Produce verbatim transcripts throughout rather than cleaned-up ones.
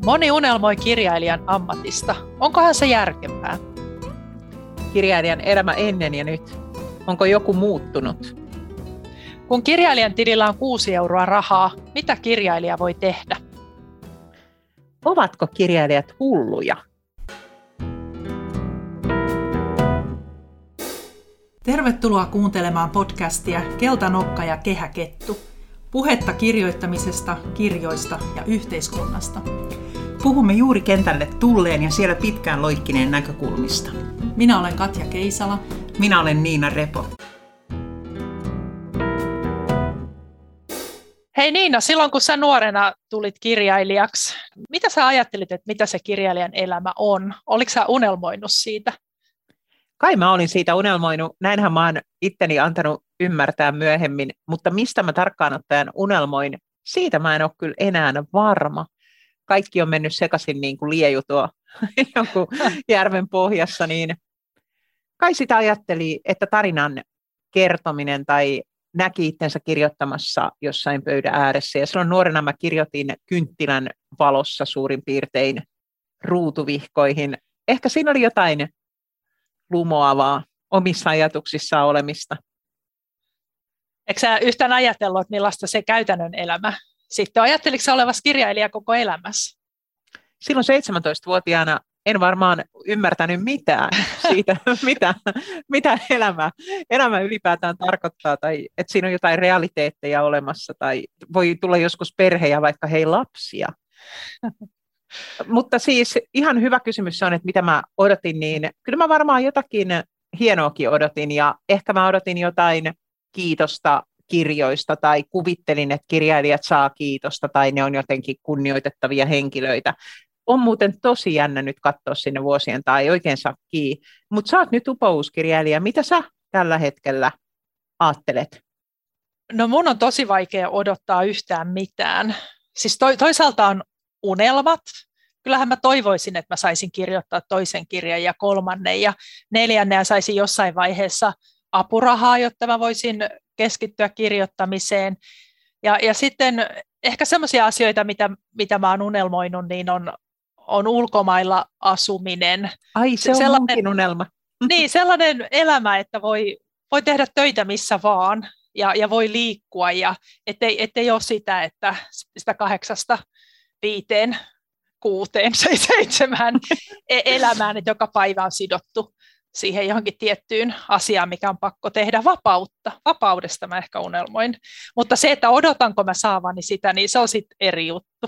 Moni unelmoi kirjailijan ammatista. Onkohan se järkevää? Kirjailijan elämä ennen ja nyt. Onko joku muuttunut? Kun kirjailijan tilillä on kuusi euroa rahaa, mitä kirjailija voi tehdä? Ovatko kirjailijat hulluja? Tervetuloa kuuntelemaan podcastia Keltanokka ja Kehäkettu. Puhetta kirjoittamisesta, kirjoista ja yhteiskunnasta. Puhumme juuri kentälle tulleen ja siellä pitkään loikkineen näkökulmista. Minä olen Katja Keisala. Minä olen Niina Repo. Hei Niina, silloin kun sä nuorena tulit kirjailijaksi, mitä sä ajattelit, että mitä se kirjailijan elämä on? Oliko sä unelmoinut siitä? Kai mä olin siitä unelmoinut. Näinhän mä oon itteni antanut ymmärtää myöhemmin, mutta mistä mä tarkkaan ottaen unelmoin, siitä mä en ole kyllä enää varma. Kaikki on mennyt sekaisin niin kuin lieju tuo jonkun järven pohjassa, niin kai sitä ajatteli, että tarinan kertominen tai näki itsensä kirjoittamassa jossain pöydän ääressä. Ja silloin nuorena mä kirjoitin kynttilän valossa suurin piirtein ruutuvihkoihin. Ehkä siinä oli jotain lumoavaa omissa ajatuksissaan olemista. Eikö sä yhtään ajatellut, että millaista se käytännön elämä sitten? Ajatteliko sä olevasi kirjailija koko elämässä? Silloin seitsemäntoistavuotiaana en varmaan ymmärtänyt mitään siitä, mitä, mitä elämä, elämä ylipäätään tarkoittaa, tai että siinä on jotain realiteetteja olemassa, tai voi tulla joskus perhe ja vaikka hei lapsia. Mutta siis ihan hyvä kysymys on, että mitä mä odotin, niin kyllä mä varmaan jotakin hienoakin odotin, ja ehkä mä odotin jotain kiitosta kirjoista, tai kuvittelin, että kirjailijat saa kiitosta, tai ne on jotenkin kunnioitettavia henkilöitä. On muuten tosi jännä nyt katsoa sinne vuosien tai ei oikein saa kiinni. Mutta sä oot nyt upouuskirjailija. Mitä sä tällä hetkellä aattelet? No mun on tosi vaikea odottaa yhtään mitään. Siis to, toisaalta on unelmat. Kyllähän mä toivoisin, että mä saisin kirjoittaa toisen kirjan ja kolmannen ja neljännen ja saisin jossain vaiheessa apurahaa, jotta mä voisin keskittyä kirjoittamiseen. Ja, ja sitten ehkä semmoisia asioita, mitä, mitä mä oon unelmoinut, niin on, on ulkomailla asuminen. Ai, se on sellainen, munkin unelma. Niin, sellainen elämä, että voi, voi tehdä töitä missä vaan ja, ja voi liikkua, ja ettei, ettei ole sitä, että sitä kahdeksasta viiteen, kuuteen, seitsemään elämään, että joka päivä on sidottu siihen johonkin tiettyyn asiaan, mikä on pakko tehdä. Vapautta. Vapaudesta mä ehkä unelmoin. Mutta se, että odotanko mä saavani sitä, niin se on sitten eri juttu.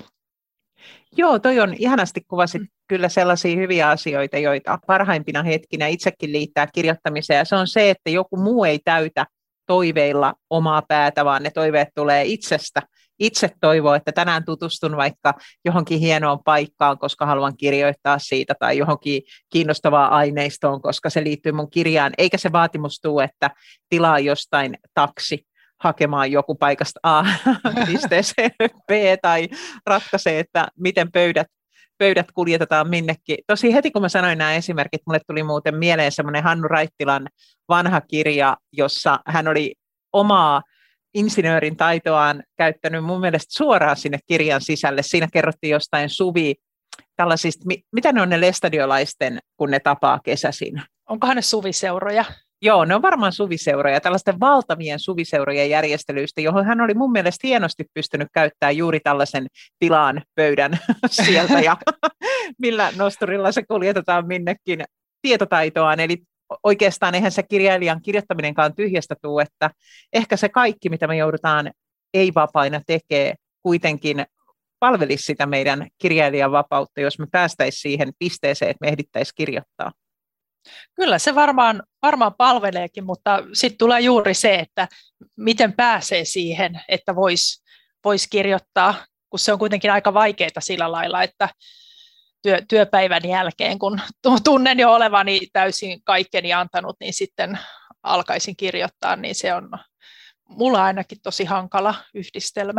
Joo, toi on ihanasti kuvasit mm. kyllä sellaisia hyviä asioita, joita parhaimpina hetkinä itsekin liittää kirjoittamiseen. Ja se on se, että joku muu ei täytä toiveilla omaa päätä, vaan ne toiveet tulee itsestä. Itse toivoo, että tänään tutustun vaikka johonkin hienoon paikkaan, koska haluan kirjoittaa siitä, tai johonkin kiinnostavaan aineistoon, koska se liittyy mun kirjaan. Eikä se vaatimus tule, että tilaa jostain taksi hakemaan joku paikasta A pisteeseen B, tai ratkaisee, että miten pöydät, pöydät kuljetetaan minnekin. Tosi heti kun mä sanoin nämä esimerkit, mulle tuli muuten mieleen semmoinen Hannu Raittilan vanha kirja, jossa hän oli omaa insinöörin taitoaan käyttänyt mun mielestä suoraan sinne kirjan sisälle. Siinä kerrottiin jostain suvi, tällaisista, mitä ne on ne lestadiolaisten, kun ne tapaa kesäisin? Onkohan ne suviseuroja? Joo, ne on varmaan suviseuroja, tällaisten valtavien suviseurojen järjestelyistä, johon hän oli mun mielestä hienosti pystynyt käyttämään juuri tällaisen tilaan pöydän sieltä, ja millä nosturilla se kuljetetaan minnekin tietotaitoaan. Eli oikeastaan eihän se kirjailijan kirjoittaminenkaan tyhjästä tule, että ehkä se kaikki, mitä me joudutaan ei-vapaina tekee, kuitenkin palvelisi sitä meidän kirjailijan vapautta, jos me päästäisiin siihen pisteeseen, että me ehdittäisiin kirjoittaa. Kyllä se varmaan, varmaan palveleekin, mutta sitten tulee juuri se, että miten pääsee siihen, että voisi vois kirjoittaa, kun se on kuitenkin aika vaikeaa sillä lailla, että työ, työpäivän jälkeen, kun tunnen jo olevani täysin kaikkeni antanut, niin sitten alkaisin kirjoittaa, niin se on mulla ainakin tosi hankala yhdistelmä.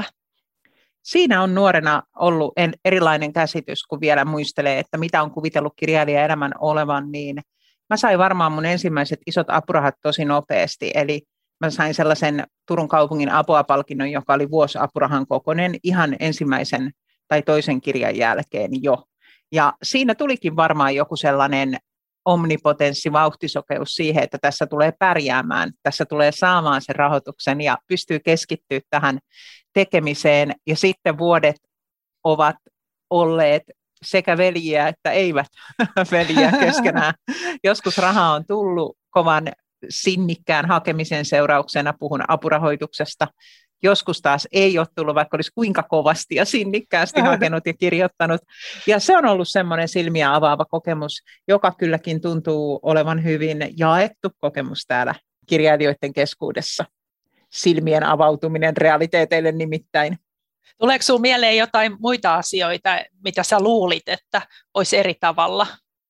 Siinä on nuorena ollut erilainen käsitys, kun vielä muistelee, että mitä on kuvitellut kirjailijan elämän olevan, niin mä sain varmaan mun ensimmäiset isot apurahat tosi nopeasti, eli mä sain sellaisen Turun kaupungin apua-palkinnon, joka oli vuosiapurahan kokoinen, ihan ensimmäisen tai toisen kirjan jälkeen jo. Ja siinä tulikin varmaan joku sellainen omnipotenssi, vauhtisokeus siihen, että tässä tulee pärjäämään, tässä tulee saamaan sen rahoituksen ja pystyy keskittyä tähän tekemiseen. Ja sitten vuodet ovat olleet sekä veljiä että eivät veljiä keskenään. Joskus rahaa on tullut kovan sinnikkään hakemisen seurauksena, puhun apurahoituksesta. Joskus taas ei ole tullut, vaikka olisi kuinka kovasti ja sinnikkäästi hakenut ja kirjoittanut. Ja se on ollut semmoinen silmiä avaava kokemus, joka kylläkin tuntuu olevan hyvin jaettu kokemus täällä kirjailijoiden keskuudessa. Silmien avautuminen realiteeteille nimittäin. Tuleeko sinulle mieleen jotain muita asioita, mitä sä luulit, että olisi eri tavalla?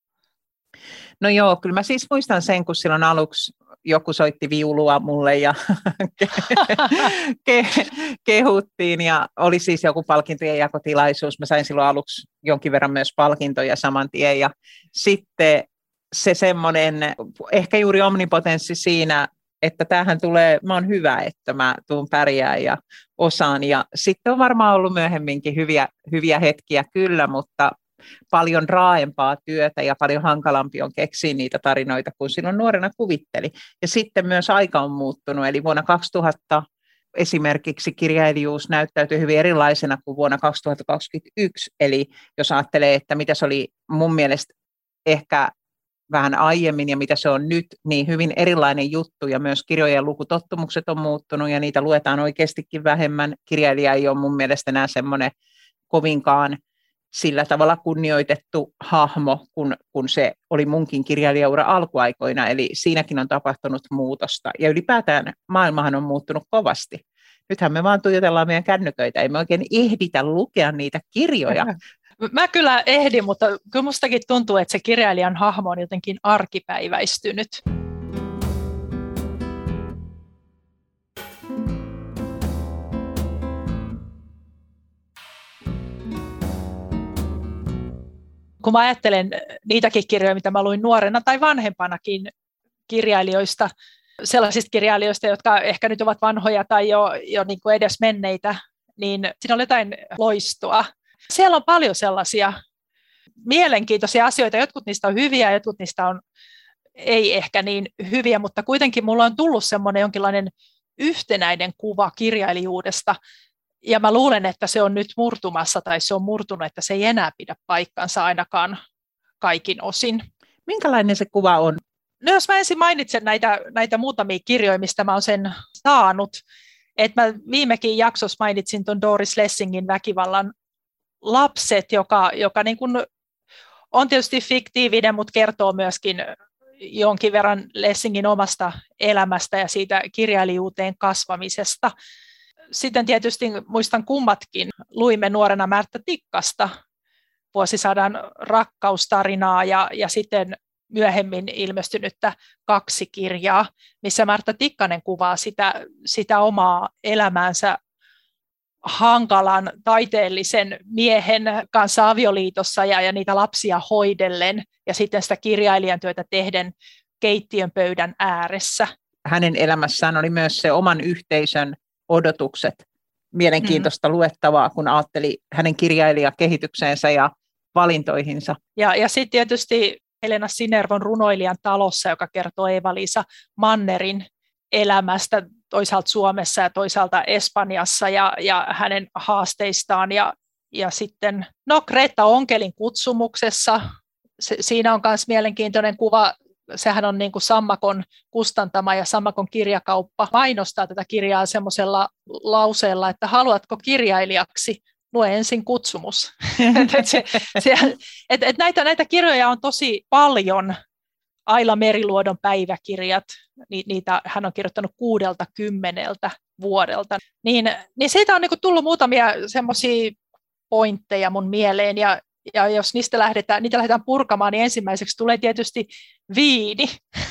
No joo, kyllä mä siis muistan sen, kun silloin aluksi joku soitti viulua mulle ja ke- ke- kehuttiin ja oli siis joku palkintojen jakotilaisuus. Mä sain silloin aluksi jonkin verran myös palkintoja saman tien ja sitten se semmoinen, ehkä juuri omnipotenssi siinä, että tämähän tulee, mä oon hyvä, että mä tuun pärjää ja osaan ja sitten on varmaan ollut myöhemminkin hyviä, hyviä hetkiä kyllä, mutta paljon raaempaa työtä ja paljon hankalampi on keksiä niitä tarinoita kuin silloin nuorena kuvitteli. Ja sitten myös aika on muuttunut, eli vuonna kaksituhatta esimerkiksi kirjailijuus näyttäytyi hyvin erilaisena kuin vuonna kaksituhattakaksikymmentäyksi, eli jos ajattelee, että mitä se oli mun mielestä ehkä vähän aiemmin ja mitä se on nyt, niin hyvin erilainen juttu ja myös kirjojen lukutottumukset on muuttunut ja niitä luetaan oikeastikin vähemmän. Kirjailija ei ole mun mielestä enää semmoinen kovinkaan sillä tavalla kunnioitettu hahmo, kun, kun se oli munkin kirjailijaura alkuaikoina, eli siinäkin on tapahtunut muutosta. Ja ylipäätään maailmahan on muuttunut kovasti. Nythän me vaan tuijotellaan meidän kännyköitä, ei me oikein ehditä lukea niitä kirjoja. Mä kyllä ehdin, mutta kyllä mustakin tuntuu, että se kirjailijan hahmo on jotenkin arkipäiväistynyt. Kun mä ajattelen niitäkin kirjoja, mitä mä luin nuorena tai vanhempanakin kirjailijoista, sellaisista kirjailijoista, jotka ehkä nyt ovat vanhoja tai jo, jo niin kuin edes menneitä, niin siinä on jotain loistoa. Siellä on paljon sellaisia mielenkiintoisia asioita, jotkut niistä on hyviä, jotkut niistä on ei ehkä niin hyviä, mutta kuitenkin mulla on tullut semmoinen jonkinlainen yhtenäinen kuva kirjailijuudesta, ja mä luulen, että se on nyt murtumassa tai se on murtunut, että se ei enää pidä paikkansa ainakaan kaikin osin. Minkälainen se kuva on? No jos mä ensin mainitsen näitä, näitä muutamia kirjoja, mistä mä oon sen saanut, että mä viimekin jaksossa mainitsin tuon Doris Lessingin Väkivallan lapset, joka, joka niin kuin on tietysti fiktiivinen, mutta kertoo myöskin jonkin verran Lessingin omasta elämästä ja siitä kirjailijuuteen kasvamisesta. Sitten tietysti muistan kummatkin. Luimme nuorena Märtä Tikkasta, vuosisadan rakkaustarinaa ja, ja sitten myöhemmin ilmestynyttä kaksi kirjaa, missä Märtä Tikkanen kuvaa sitä, sitä omaa elämäänsä hankalan taiteellisen miehen kanssa avioliitossa ja, ja niitä lapsia hoidellen ja sitten sitä kirjailijan työtä tehden keittiön pöydän ääressä. Hänen elämässään oli myös se oman yhteisön odotukset. Mielenkiintoista mm. luettavaa, kun ajatteli hänen kirjailijakehitykseensä ja valintoihinsa. Ja, ja sitten tietysti Helena Sinervon Runoilijan talossa, joka kertoo Eeva-Liisa Mannerin elämästä toisaalta Suomessa ja toisaalta Espanjassa ja, ja hänen haasteistaan. Ja, ja sitten no Greta Onkelin Kutsumuksessa, se, siinä on myös mielenkiintoinen kuva. Sehän on niin kuin Sammakon kustantama ja Sammakon kirjakauppa mainostaa tätä kirjaa semmoisella lauseella, että haluatko kirjailijaksi, lue ensin Kutsumus. et se, se, et, et näitä, näitä kirjoja on tosi paljon. Aila Meriluodon päiväkirjat, ni, niitä hän on kirjoittanut kuudelta kymmeneltä vuodelta. Niin, niin siitä on niin kuin tullut muutamia semmoisia pointteja mun mieleen ja Ja jos niistä lähdetään, niitä lähdetään purkamaan, niin ensimmäiseksi tulee tietysti viini.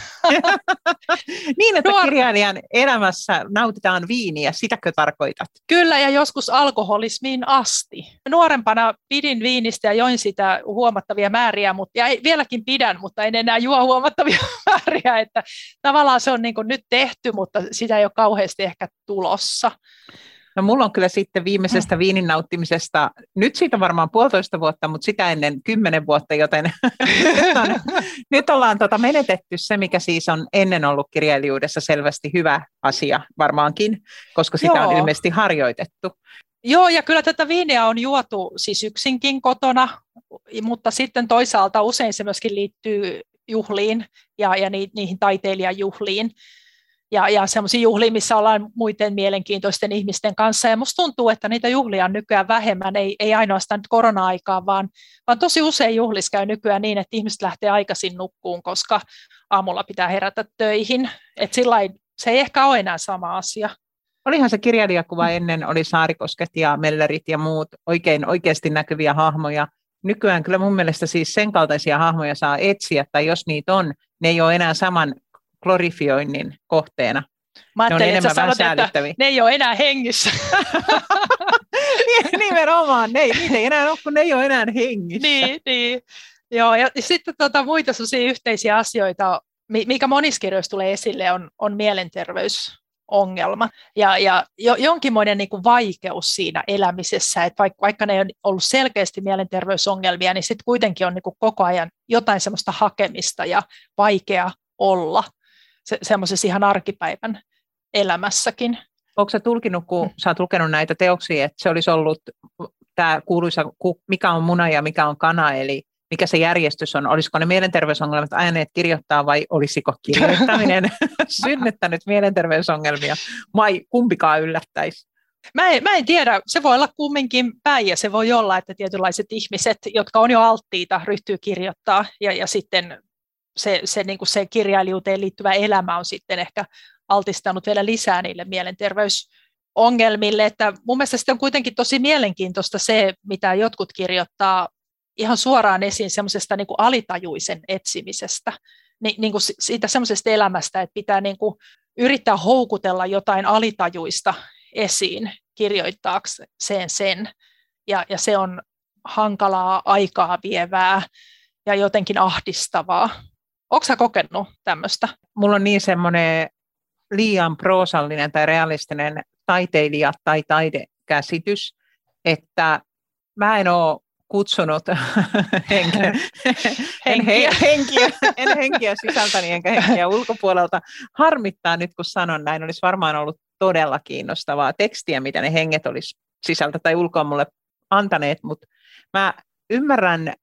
Niin, että kirjailijan elämässä nautitaan viiniä, sitäkö tarkoitat? Kyllä, ja joskus alkoholismiin asti. Nuorempana pidin viinistä ja join sitä huomattavia määriä, mutta, ja vieläkin pidän, mutta en enää juo huomattavia määriä. Että tavallaan se on niin kuin nyt tehty, mutta sitä ei ole kauheasti ehkä tulossa. No mulla on kyllä sitten viimeisestä viinin nauttimisesta, nyt siitä varmaan puolitoista vuotta, mutta sitä ennen kymmenen vuotta, joten nyt ollaan tota menetetty se, mikä siis on ennen ollut kirjailijuudessa selvästi hyvä asia varmaankin, koska sitä Joo. on ilmeisesti harjoitettu. Joo, ja kyllä tätä viiniä on juotu siis yksinkin kotona, mutta sitten toisaalta usein se myöskin liittyy juhliin ja, ja ni, niihin taiteilijajuhliin. Ja, ja semmoisia juhlia, missä ollaan muiden mielenkiintoisten ihmisten kanssa. Ja musta tuntuu, että niitä juhlia on nykyään vähemmän, ei, ei ainoastaan nyt korona-aikaan, vaan, vaan tosi usein juhlissa käy nykyään niin, että ihmiset lähtee aikaisin nukkuun, koska aamulla pitää herätä töihin. Et sillain, se ei ehkä ole enää sama asia. Olihan se kirjailijakuva ennen, oli Saarikosket ja Mellerit ja muut oikein oikeasti näkyviä hahmoja. Nykyään kyllä mun mielestä siis sen kaltaisia hahmoja saa etsiä, tai jos niitä on, ne ei ole enää saman glorifioinnin kohteena. Mä ajattelin, että sä sanot, että ne ei ole enää hengissä. Nimenomaan, ne ei, niitä ei enää ole, kun ne ei ole enää hengissä. Niin, niin. Joo, ja sitten tuota, muita sellaisia yhteisiä asioita, mikä monissa kirjoissa tulee esille, on, on mielenterveysongelma. Ja, ja jo, jonkinmoinen niin kuin vaikeus siinä elämisessä, että vaikka, vaikka ne on ollut selkeästi mielenterveysongelmia, niin sitten kuitenkin on niin kuin koko ajan jotain semmoista hakemista ja vaikea olla se, semmoisessa ihan arkipäivän elämässäkin. Onko sä tulkinut, kun sä oot lukenut näitä teoksia, että se olisi ollut tämä kuuluisa, mikä on muna ja mikä on kana, eli mikä se järjestys on? Olisiko ne mielenterveysongelmat aineet kirjoittaa vai olisiko kirjoittaminen synnyttänyt mielenterveysongelmia vai kumpikaan yllättäisi? Mä en, mä en tiedä, se voi olla kumminkin päin ja se voi olla, että tietynlaiset ihmiset, jotka on jo alttiita, ryhtyy kirjoittaa ja, ja sitten se, se, niin kuin se kirjailijuuteen liittyvä elämä on sitten ehkä altistanut vielä lisää niille mielenterveysongelmille. Että mun mielestä sitten on kuitenkin tosi mielenkiintoista se, mitä jotkut kirjoittaa ihan suoraan esiin semmoisesta niin kuin alitajuisen etsimisestä, Ni, niin kuin siitä semmoisesta elämästä, että pitää niin kuin yrittää houkutella jotain alitajuista esiin kirjoittaakseen sen, ja, ja se on hankalaa, aikaa vievää ja jotenkin ahdistavaa. Oletko sä kokenut tämmöistä? Mulla on niin semmoinen liian proosallinen tai realistinen taiteilija- tai taidekäsitys, että mä en ole kutsunut henkeä, en, he, henkiä, en henkiä sisältäni enkä henkiä ulkopuolelta. Harmittaa nyt, kun sanon näin, olisi varmaan ollut todella kiinnostavaa tekstiä, mitä ne henget olisi sisältä tai ulkoa mulle antaneet, mutta mä ymmärrän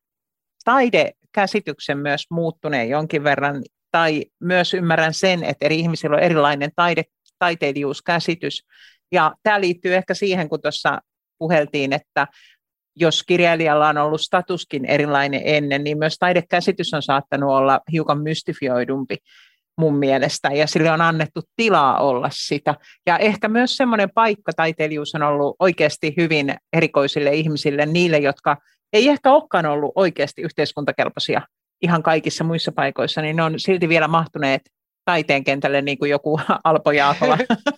taidekäsityksen myös muuttuneen jonkin verran, tai myös ymmärrän sen, että eri ihmisillä on erilainen taide, taiteilijuuskäsitys, ja tämä liittyy ehkä siihen, kun tuossa puheltiin, että jos kirjailijalla on ollut statuskin erilainen ennen, niin myös taidekäsitys on saattanut olla hiukan mystifioidumpi mun mielestä, ja sille on annettu tilaa olla sitä. Ja ehkä myös semmoinen paikka taiteilijuus on ollut oikeasti hyvin erikoisille ihmisille, niille, jotka ei ehkä olekaan ollut oikeasti yhteiskuntakelpoisia ihan kaikissa muissa paikoissa, niin ne on silti vielä mahtuneet taiteen kentälle, niin kuin joku Alpo Jaakola.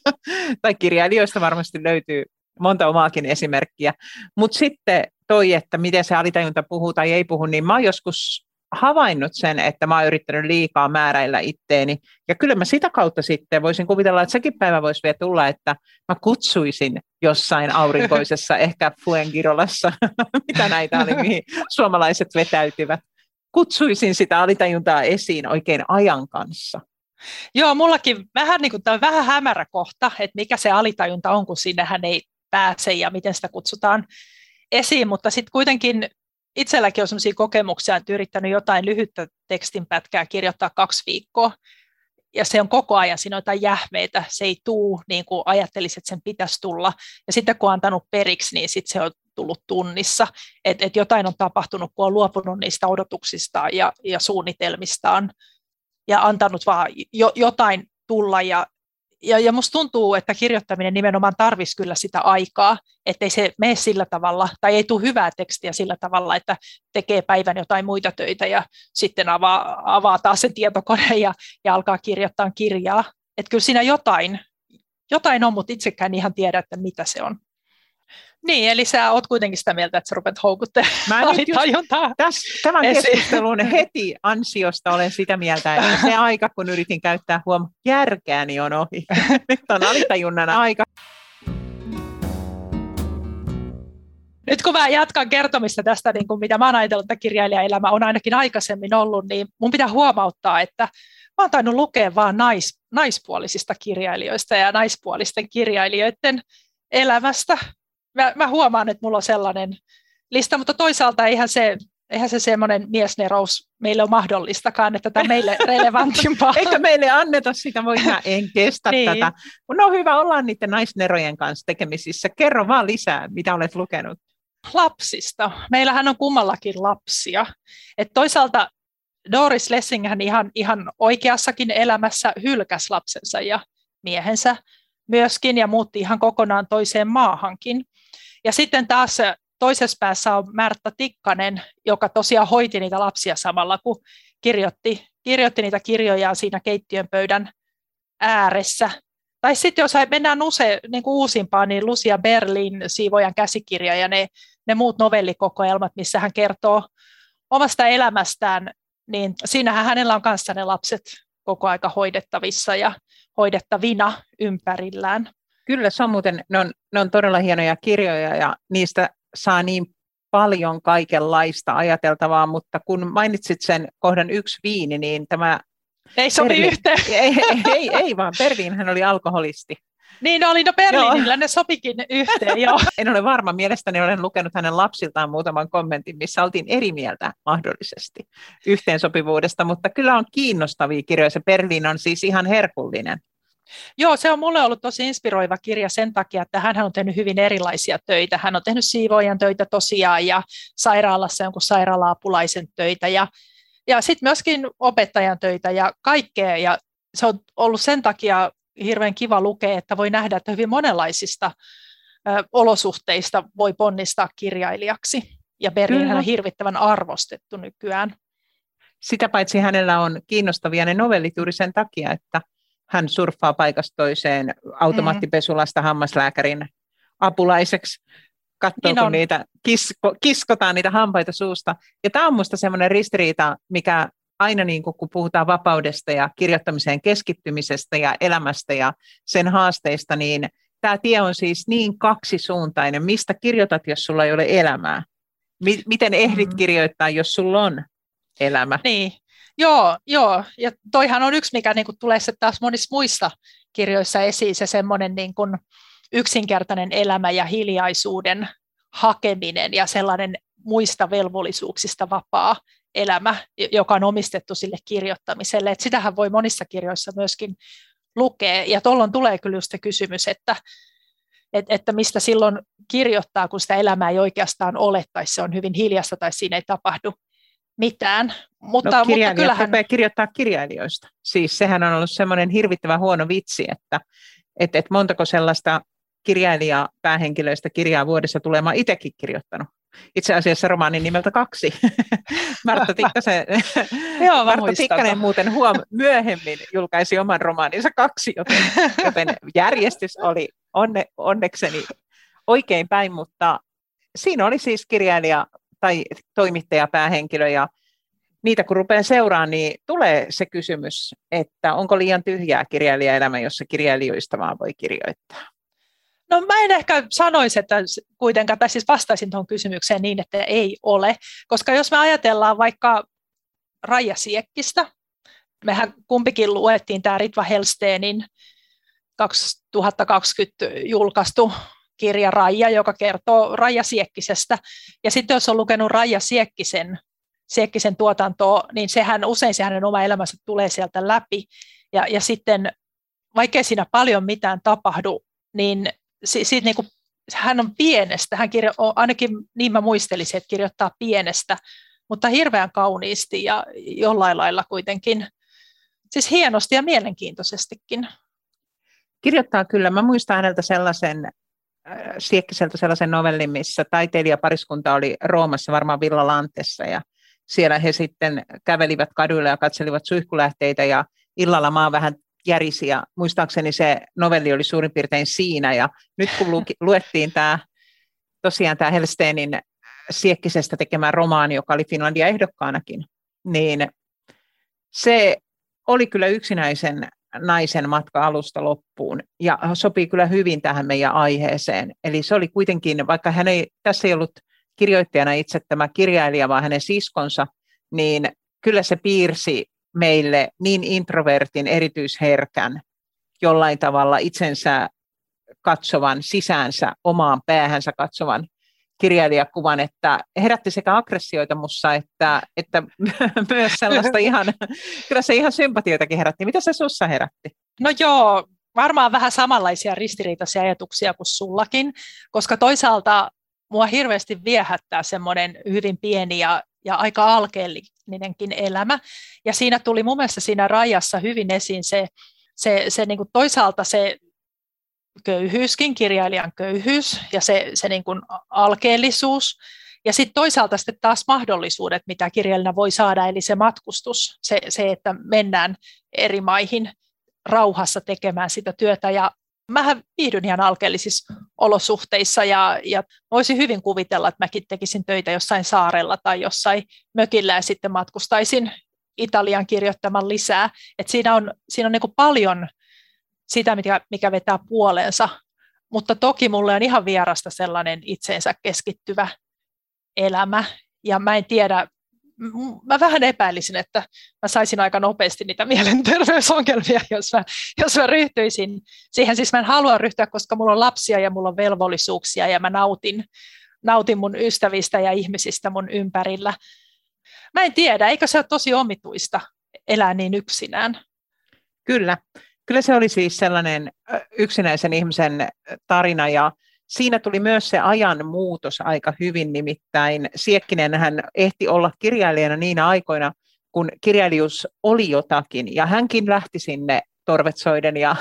Tai kirjailijoista varmasti löytyy monta omaakin esimerkkiä. Mutta sitten toi, että miten se alitajunta puhuu tai ei puhu, niin mä oon joskus havainnut sen, että mä oon yrittänyt liikaa määräillä itteeni. Ja kyllä mä sitä kautta sitten voisin kuvitella, että sekin päivä voisi vielä tulla, että mä kutsuisin jossain aurinkoisessa, ehkä Fuengirolassa, mitä näitä oli, mihin suomalaiset vetäytyvät. Kutsuisin sitä alitajuntaa esiin oikein ajan kanssa. Joo, mullakin vähän, niin kuin, tämä on vähän hämärä kohta, että mikä se alitajunta on, kun sinnehän ei pääse ja miten sitä kutsutaan esiin, mutta sitten kuitenkin itselläkin on sellaisia kokemuksia, että yrittänyt jotain lyhyttä tekstinpätkää kirjoittaa kaksi viikkoa, ja se on koko ajan, siinä on jotain jähmeitä, se ei tule niin kuin ajattelisi, että sen pitäisi tulla, ja sitten kun on antanut periksi, niin sitten se on tullut tunnissa, että et jotain on tapahtunut, kun on luopunut niistä odotuksistaan ja, ja suunnitelmistaan, ja antanut vaan jo, jotain tulla, ja, ja, ja musta tuntuu, että kirjoittaminen nimenomaan tarvitsisi kyllä sitä aikaa, ettei se mene sillä tavalla, tai ei tule hyvää tekstiä sillä tavalla, että tekee päivän jotain muita töitä, ja sitten avaa, avaa taas sen tietokoneen ja, ja alkaa kirjoittaa kirjaa. Että kyllä siinä jotain, jotain on, mutta itsekään ihan tiedä, että mitä se on. Niin, eli sä oot kuitenkin sitä mieltä, että sä rupeat houkuttelemaan alitajuntaa. Tämän keskustelun heti ansiosta olen sitä mieltä, että se aika, kun yritin käyttää huom järkeäni on ohi. Nyt on alitajunnan aika. nyt kun mä jatkan kertomista tästä, niin kuin mitä mä oon ajatellut, että kirjailijaelämä on ainakin aikaisemmin ollut, niin mun pitää huomauttaa, että mä oon tainnut lukea vaan nais, naispuolisista kirjailijoista ja naispuolisten kirjailijoiden elämästä. Mä, mä huomaan, että mulla on sellainen lista, mutta toisaalta eihän se, eihän se semmoinen miesnerous meille ole mahdollistakaan, että tämä on meille relevantimpaa. Eikö meille anneta sitä, voi mä en kestä niin. tätä. No on hyvä olla niiden naisnerojen kanssa tekemisissä. Kerro vaan lisää, mitä olet lukenut. Lapsista. Meillähän on kummallakin lapsia. Et toisaalta Doris Lessing hän ihan, ihan oikeassakin elämässä hylkäsi lapsensa ja miehensä myöskin ja muutti ihan kokonaan toiseen maahankin. Ja sitten taas toisessa päässä on Märta Tikkanen, joka tosiaan hoiti niitä lapsia samalla, kun kirjoitti, kirjoitti niitä kirjojaan siinä keittiön pöydän ääressä. Tai sitten jos mennään usein niin kuin uusimpaan, niin Lucia Berlin, Siivojan käsikirja ja ne, ne muut novellikokoelmat, missä hän kertoo omasta elämästään, niin siinähän hänellä on kanssa ne lapset koko aika hoidettavissa ja hoidettavina ympärillään. Kyllä, se on muuten, ne on, ne on todella hienoja kirjoja ja niistä saa niin paljon kaikenlaista ajateltavaa, mutta kun mainitsit sen kohdan yksi viini, niin tämä... Ei sovi Berlin, yhteen. Ei, ei, ei, ei vaan, Berlin hän oli alkoholisti. Niin oli, no Berliinillä ne sopikin yhteen, joo. En ole varma, mielestäni olen lukenut hänen lapsiltaan muutaman kommentin, missä oltiin eri mieltä mahdollisesti yhteensopivuudesta, mutta kyllä on kiinnostavia kirjoja. Se Berlin on siis ihan herkullinen. Joo, se on mulle ollut tosi inspiroiva kirja sen takia, että hän on tehnyt hyvin erilaisia töitä. Hän on tehnyt siivoojan töitä tosiaan ja sairaalassa jonkun sairaala-apulaisen töitä ja, ja sitten myöskin opettajan töitä ja kaikkea. Ja se on ollut sen takia hirveän kiva lukea, että voi nähdä, että hyvin monenlaisista ö, olosuhteista voi ponnistaa kirjailijaksi. Ja Berlin on hirvittävän arvostettu nykyään. Sitä paitsi hänellä on kiinnostavia ne novellit juuri sen takia, että hän surffaa paikasta toiseen automaattipesulasta mm. hammaslääkärin apulaiseksi, katsoo, niin kun niitä kisko, kiskotaan niitä hampaita suusta. Ja tämä on minusta semmoinen ristiriita, mikä aina niin kun puhutaan vapaudesta ja kirjoittamiseen keskittymisestä ja elämästä ja sen haasteista, niin tämä tie on siis niin kaksisuuntainen. Mistä kirjoitat, jos sulla ei ole elämää? Miten ehdit mm. kirjoittaa, jos sulla on elämä? Niin. Joo, joo, ja toihan on yksi, mikä niin kuin tulee se taas monissa muissa kirjoissa esiin, se semmoinen niin kuin yksinkertainen elämä ja hiljaisuuden hakeminen ja sellainen muista velvollisuuksista vapaa elämä, joka on omistettu sille kirjoittamiselle. Et sitähän voi monissa kirjoissa myöskin lukea, ja tuolloin tulee kyllä just se kysymys, että, että, että mistä silloin kirjoittaa, kun sitä elämää ei oikeastaan ole, tai se on hyvin hiljasta, tai siinä ei tapahdu mitään. Mutta, no, kirjailijat mutta kyllähän rupeaa kirjoittaa kirjailijoista. Siis sehän on ollut semmoinen hirvittävän huono vitsi, että et, et montako sellaista kirjailijaa päähenkilöistä kirjaa vuodessa tulee. Mä oon itsekin kirjoittanut. Itse asiassa romaanin nimeltä kaksi. Martta Tikkanen, Joo, Martta Tikkanen muuten huom myöhemmin julkaisi oman romaaninsa kaksi, joten, joten järjestys oli onne, onnekseni oikein päin, mutta siinä oli siis kirjailija tai toimittaja päähenkilö, ja niitä kun rupeaa seuraamaan, niin tulee se kysymys, että onko liian tyhjää kirjailijaelämä, jossa kirjailijoista vaan voi kirjoittaa. No mä en ehkä sanoisi, että kuitenkaan, tai siis vastaisin tuohon kysymykseen niin, että ei ole, koska jos me ajatellaan vaikka Raija Siekkistä, mehän kumpikin luettiin tämä Ritva Hellstenin kaksituhattakaksikymmentä julkaistu kirja Raija, joka kertoo Raija Siekkisestä, ja sitten jos on lukenut Raija Siekkisen, Siekkisen tuotantoa, niin sehän usein se hänen oma elämänsä tulee sieltä läpi, ja, ja sitten vaikkei siinä paljon mitään tapahdu, niin siitä niin kuin, hän on pienestä, hän kirjo, ainakin niin mä muistelisin, että kirjoittaa pienestä, mutta hirveän kauniisti ja jollain lailla kuitenkin, siis hienosti ja mielenkiintoisestikin. Kirjoittaa kyllä. Mä muistan häneltä sellaisen, äh, Siekkiseltä sellaisen novellin, missä taiteilijapariskunta oli Roomassa, varmaan Villa Lantessa, ja siellä he sitten kävelivät kaduilla ja katselivat suihkulähteitä, ja illalla maa vähän järisi, ja muistaakseni se novelli oli suurin piirtein siinä, ja nyt kun lu- luettiin tämä, tosiaan tämä Hellstenin Siekkisestä tekemä romaani, joka oli Finlandia ehdokkaanakin, niin se oli kyllä yksinäisen naisen matka alusta loppuun ja sopii kyllä hyvin tähän meidän aiheeseen. Eli se oli kuitenkin, vaikka hän ei, tässä ei ollut kirjoittajana itse tämä kirjailija, vaan hänen siskonsa, niin kyllä se piirsi meille niin introvertin, erityisherkän, jollain tavalla itsensä katsovan, sisäänsä, omaan päähänsä katsovan kirjailijakuvan, että herätti sekä aggressioita mussa, että, että myös sellaista ihan, kyllä se ihan sympatioitakin herätti. Mitä se sussa herätti? No joo, varmaan vähän samanlaisia ristiriitaisia ajatuksia kuin sullakin, koska toisaalta mua hirveästi viehättää semmoinen hyvin pieni ja, ja aika alkeellinenkin elämä. Ja siinä tuli mun mielestä siinä rajassa hyvin esiin se, se, se niin kuin toisaalta se köyhyyskin, kirjailijan köyhyys ja se, se niin kuin alkeellisuus. Ja sitten toisaalta sitten taas mahdollisuudet, mitä kirjailijana voi saada, eli se matkustus, se, se että mennään eri maihin rauhassa tekemään sitä työtä. Ja mähän viihdyn ihan alkeellisissa olosuhteissa ja, ja voisin hyvin kuvitella, että mäkin tekisin töitä jossain saarella tai jossain mökillä ja sitten matkustaisin Italian kirjoittamaan lisää. Et siinä on, siinä on niin kuin paljon sitä, mikä, mikä vetää puoleensa, mutta toki mulle on ihan vierasta sellainen itseensä keskittyvä elämä, ja mä en tiedä, mä vähän epäilisin, että mä saisin aika nopeasti niitä mielenterveysongelmia, jos mä, jos mä ryhtyisin siihen. Siis mä en halua ryhtyä, koska mulla on lapsia ja mulla on velvollisuuksia, ja mä nautin, nautin mun ystävistä ja ihmisistä mun ympärillä. Mä en tiedä, eikö se ole tosi omituista elää niin yksinään? Kyllä. Kyllä se oli siis sellainen yksinäisen ihmisen tarina, ja siinä tuli myös se ajan muutos aika hyvin, nimittäin Siekkinen hän ehti olla kirjailijana niinä aikoina, kun kirjailijuus oli jotakin, ja hänkin lähti sinne torvet soiden ja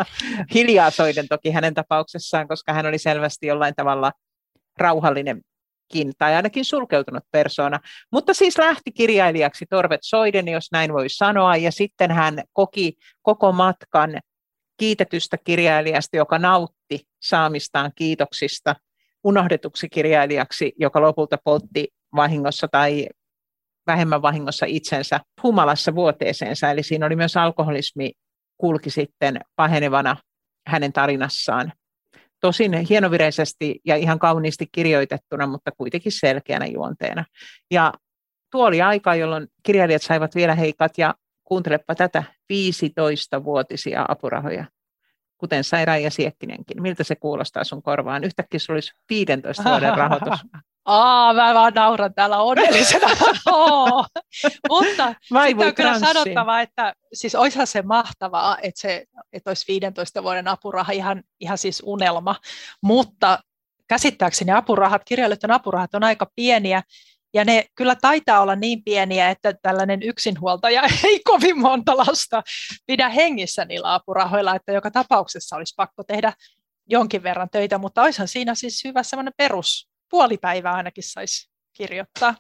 hiljaa soiden toki hänen tapauksessaan, koska hän oli selvästi jollain tavalla rauhallinenkin, tai ainakin sulkeutunut persoona, mutta siis lähti kirjailijaksi torvet soiden, jos näin voi sanoa, ja sitten hän koki koko matkan kiitetystä kirjailijasta, joka nautti saamistaan kiitoksista, unohdetuksi kirjailijaksi, joka lopulta poltti vahingossa tai vähemmän vahingossa itsensä humalassa vuoteeseensa, eli siinä oli myös alkoholismi kulki sitten pahenevana hänen tarinassaan. Tosin hienovireisesti ja ihan kauniisti kirjoitettuna, mutta kuitenkin selkeänä juonteena. Ja tuo oli aika, jolloin kirjailijat saivat vielä heikat, ja kuuntelepa tätä, viisitoistavuotisia apurahoja, kuten sai Raija Siekkinenkin. Miltä se kuulostaa sun korvaan? Yhtäkkiä se olisi viidentoista vuoden rahoitus. Aa, mä vaan nauran täällä onnellisena. Oh. Mutta sitten on kyllä sanottava, että siis olisihan se mahtavaa, että, se, että olisi viidentoista vuoden apuraha, ihan, ihan siis unelma. Mutta käsittääkseni apurahat, kirjailijoiden apurahat on aika pieniä, ja ne kyllä taitaa olla niin pieniä, että tällainen yksinhuoltaja ei kovin monta lasta pidä hengissä niillä apurahoilla, että joka tapauksessa olisi pakko tehdä jonkin verran töitä, mutta olisihan siinä siis hyvä semmoinen perus, puolipäivää ainakin saisi kirjoittaa.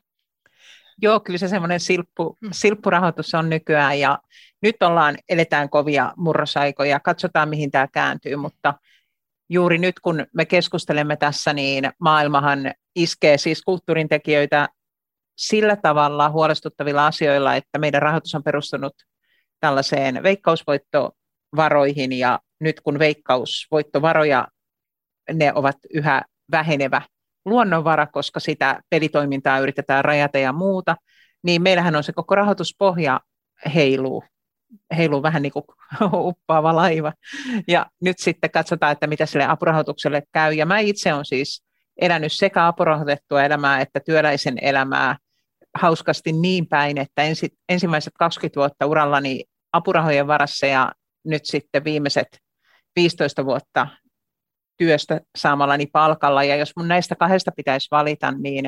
Joo, kyllä se semmoinen silppu, silppurahoitus on nykyään, ja nyt ollaan, eletään kovia murrosaikoja, katsotaan mihin tämä kääntyy, mutta juuri nyt kun me keskustelemme tässä, niin maailmahan iskee siis kulttuurintekijöitä sillä tavalla huolestuttavilla asioilla, että meidän rahoitus on perustunut tällaiseen veikkausvoittovaroihin, ja nyt kun veikkausvoittovaroja, ne ovat yhä vähenevä luonnonvara, koska sitä pelitoimintaa yritetään rajata ja muuta, niin meillähän on se koko rahoituspohja heiluu, heiluu vähän niin kuin uppaava laiva. Ja nyt sitten katsotaan, että mitä sille apurahoitukselle käy. Ja mä itse olen siis elänyt sekä apurahoitettua elämää että työläisen elämää hauskasti niin päin, että ensi, ensimmäiset kaksikymmentä vuotta urallani apurahojen varassa ja nyt sitten viimeiset viisitoista vuotta työstä saamallani palkalla. Ja jos mun näistä kahdesta pitäisi valita, niin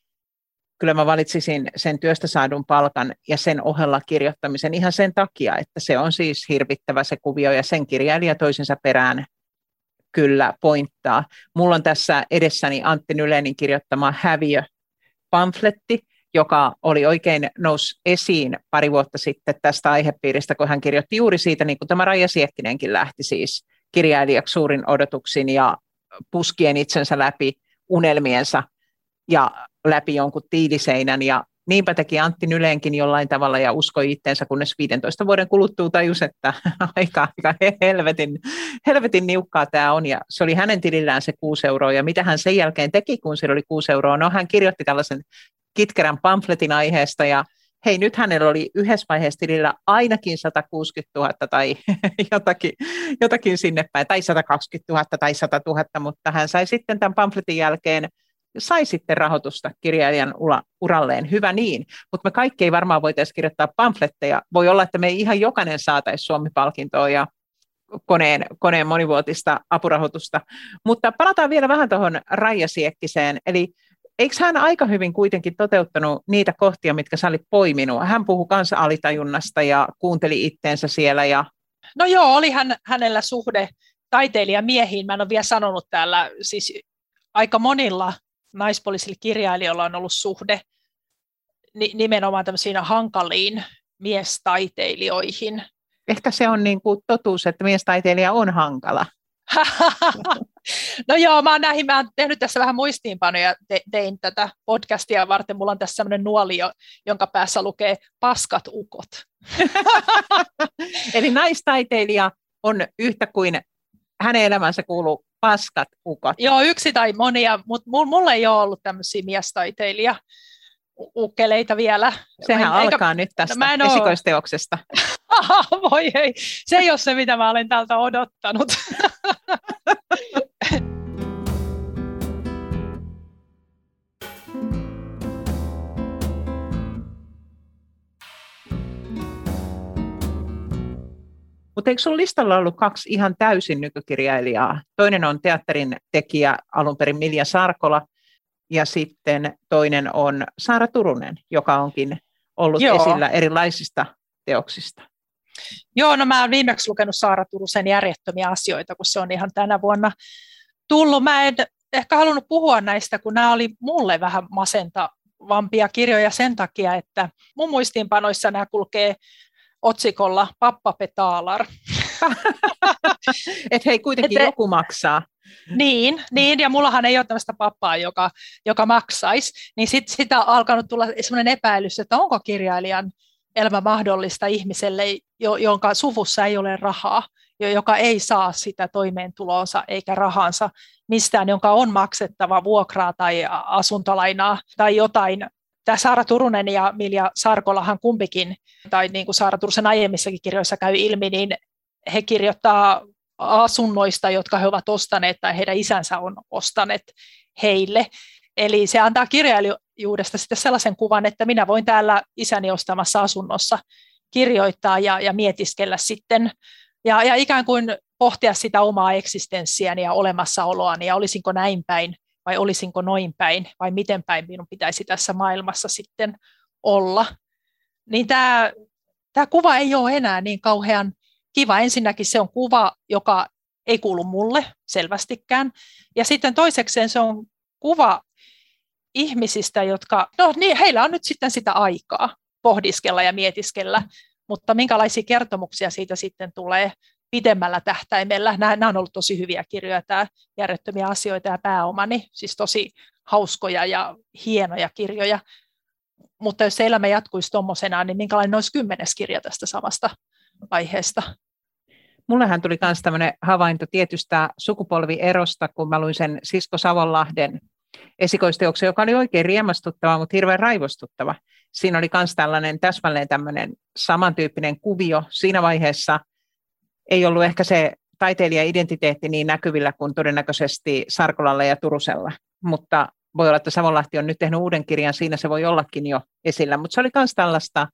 kyllä mä valitsisin sen työstä saadun palkan ja sen ohella kirjoittamisen ihan sen takia, että se on siis hirvittävä se kuvio, ja sen kirjailija toisensa perään kyllä pointtaa. Mulla on tässä edessäni Antti Nylenin kirjoittama Häviö-pamfletti, joka oli oikein nousi esiin pari vuotta sitten tästä aihepiiristä, kun hän kirjoitti juuri siitä, niin kuin tämä Raija Siekkinenkin lähti siis kirjailijaksi suurin odotuksin ja puskien itsensä läpi unelmiensa ja läpi jonkun tiiliseinän, ja niinpä teki Antti Nyleenkin jollain tavalla ja uskoi itteensä, kunnes viidentoista vuoden kuluttua tajus, että aika, aika helvetin, helvetin niukkaa tämä on. Ja se oli hänen tilillään se kuusi euroa. Ja mitä hän sen jälkeen teki, kun sillä oli kuusi euroa? No hän kirjoitti tällaisen kitkerän pamfletin aiheesta ja hei, nyt hänellä oli yhdessä vaiheessa tilillä ainakin sata kuusikymmentätuhatta tai jotakin, jotakin sinne päin, tai sata kaksikymmentätuhatta tai sata tuhatta, mutta hän sai sitten tämän pamfletin jälkeen, sai sitten rahoitusta kirjailijan uralleen. Hyvä niin, mutta me kaikki ei varmaan voitaisiin kirjoittaa pamfletteja. Voi olla, että me ei ihan jokainen saataisiin Suomi-palkintoa ja koneen, koneen monivuotista apurahoitusta. Mutta palataan vielä vähän tuohon Raija Siekkiseen, eli eikö hän aika hyvin kuitenkin toteuttanut niitä kohtia, mitkä sä olit poiminut? Hän puhui kanssa alitajunnasta ja kuunteli itteensä siellä. Ja... No joo, oli hän, hänellä suhde taiteilijamiehiin. Mä en ole vielä sanonut täällä, siis aika monilla naispuolisilla kirjailijoilla on ollut suhde nimenomaan tämmöisiin hankaliin miestaiteilijoihin. Ehkä se on niin kuin totuus, että miestaiteilija on hankala. No joo, mä oon, näihin, mä oon tehnyt tässä vähän muistiinpanoja, te, tein tätä podcastia varten. Mulla on tässä sellainen nuoli, jonka päässä lukee paskat ukot. Eli naistaiteilija on yhtä kuin hänen elämänsä kuuluu paskat ukot. Joo, yksi tai monia, mutta mulla ei ole ollut tämmöisiä miestaiteilija ukkeleita vielä. Sehän en, alkaa eikä, nyt tästä no esikoisteoksesta. Voi ei, se ei ole se, mitä mä olen täältä odottanut. Mutta eikö sun listalla ollut kaksi ihan täysin nykykirjailijaa? Toinen on teatterin tekijä alun perin Milja Sarkola, ja sitten toinen on Saara Turunen, joka onkin ollut Joo. esillä erilaisista teoksista. Joo, no mä oon viimeksi lukenut Saara Turusen Järjettömiä asioita, kun se on ihan tänä vuonna tullut. Mä en ehkä halunnut puhua näistä, kun nämä oli mulle vähän masentavampia kirjoja sen takia, että mun muistiinpanoissa nämä kulkee otsikolla Pappa Petalar. Että hei, kuitenkin Et, joku maksaa. Niin, niin, ja mullahan ei ole tämmöistä pappaa, joka, joka maksaisi. Niin sitten sitä on alkanut tulla sellainen epäilys, että onko kirjailijan elämä mahdollista ihmiselle, jonka suvussa ei ole rahaa, joka ei saa sitä toimeentulonsa eikä rahansa mistään, jonka on maksettava vuokraa tai asuntolainaa tai jotain. Tämä Saara Turunen ja Milja Sarkolahan kumpikin, tai niin kuin Saara Turusen aiemmissakin kirjoissa käy ilmi, niin he kirjoittaa asunnoista, jotka he ovat ostaneet tai heidän isänsä on ostaneet heille. Eli se antaa kirjailijuudesta sitten sellaisen kuvan, että minä voin täällä isäni ostamassa asunnossa kirjoittaa ja, ja mietiskellä sitten ja, ja ikään kuin pohtia sitä omaa eksistenssiäni ja olemassaoloani ja olisinko näin päin vai olisinko noin päin vai miten päin minun pitäisi tässä maailmassa sitten olla. Niin tämä, tämä kuva ei ole enää niin kauhean kiva. Ensinnäkin se on kuva, joka ei kuulu mulle selvästikään. Ja sitten toisekseen se on kuva ihmisistä, jotka, no niin, heillä on nyt sitten sitä aikaa pohdiskella ja mietiskellä, mutta minkälaisia kertomuksia siitä sitten tulee pidemmällä tähtäimellä. Nämä, nämä on ollut tosi hyviä kirjoja, tämä Järjettömiä asioita ja Pääomani, siis tosi hauskoja ja hienoja kirjoja. Mutta jos se elämä jatkuisi tuommoisenaan, niin minkälainen olisi kymmenes kirja tästä samasta aiheesta? Mullehan tuli myös tämmöinen havainto tietystä sukupolvierosta, kun mä luin sen Sisko Savonlahden esikoisteoksen, joka oli oikein riemastuttava, mutta hirveän raivostuttava. Siinä oli myös tällainen täsmälleen tämmöinen samantyyppinen kuvio. Siinä vaiheessa ei ollut ehkä se taiteilija-identiteetti niin näkyvillä kuin todennäköisesti Sarkolalla ja Turusella, mutta voi olla, että Savonlahti on nyt tehnyt uuden kirjan, siinä se voi ollakin jo esillä, mutta se oli myös tällaista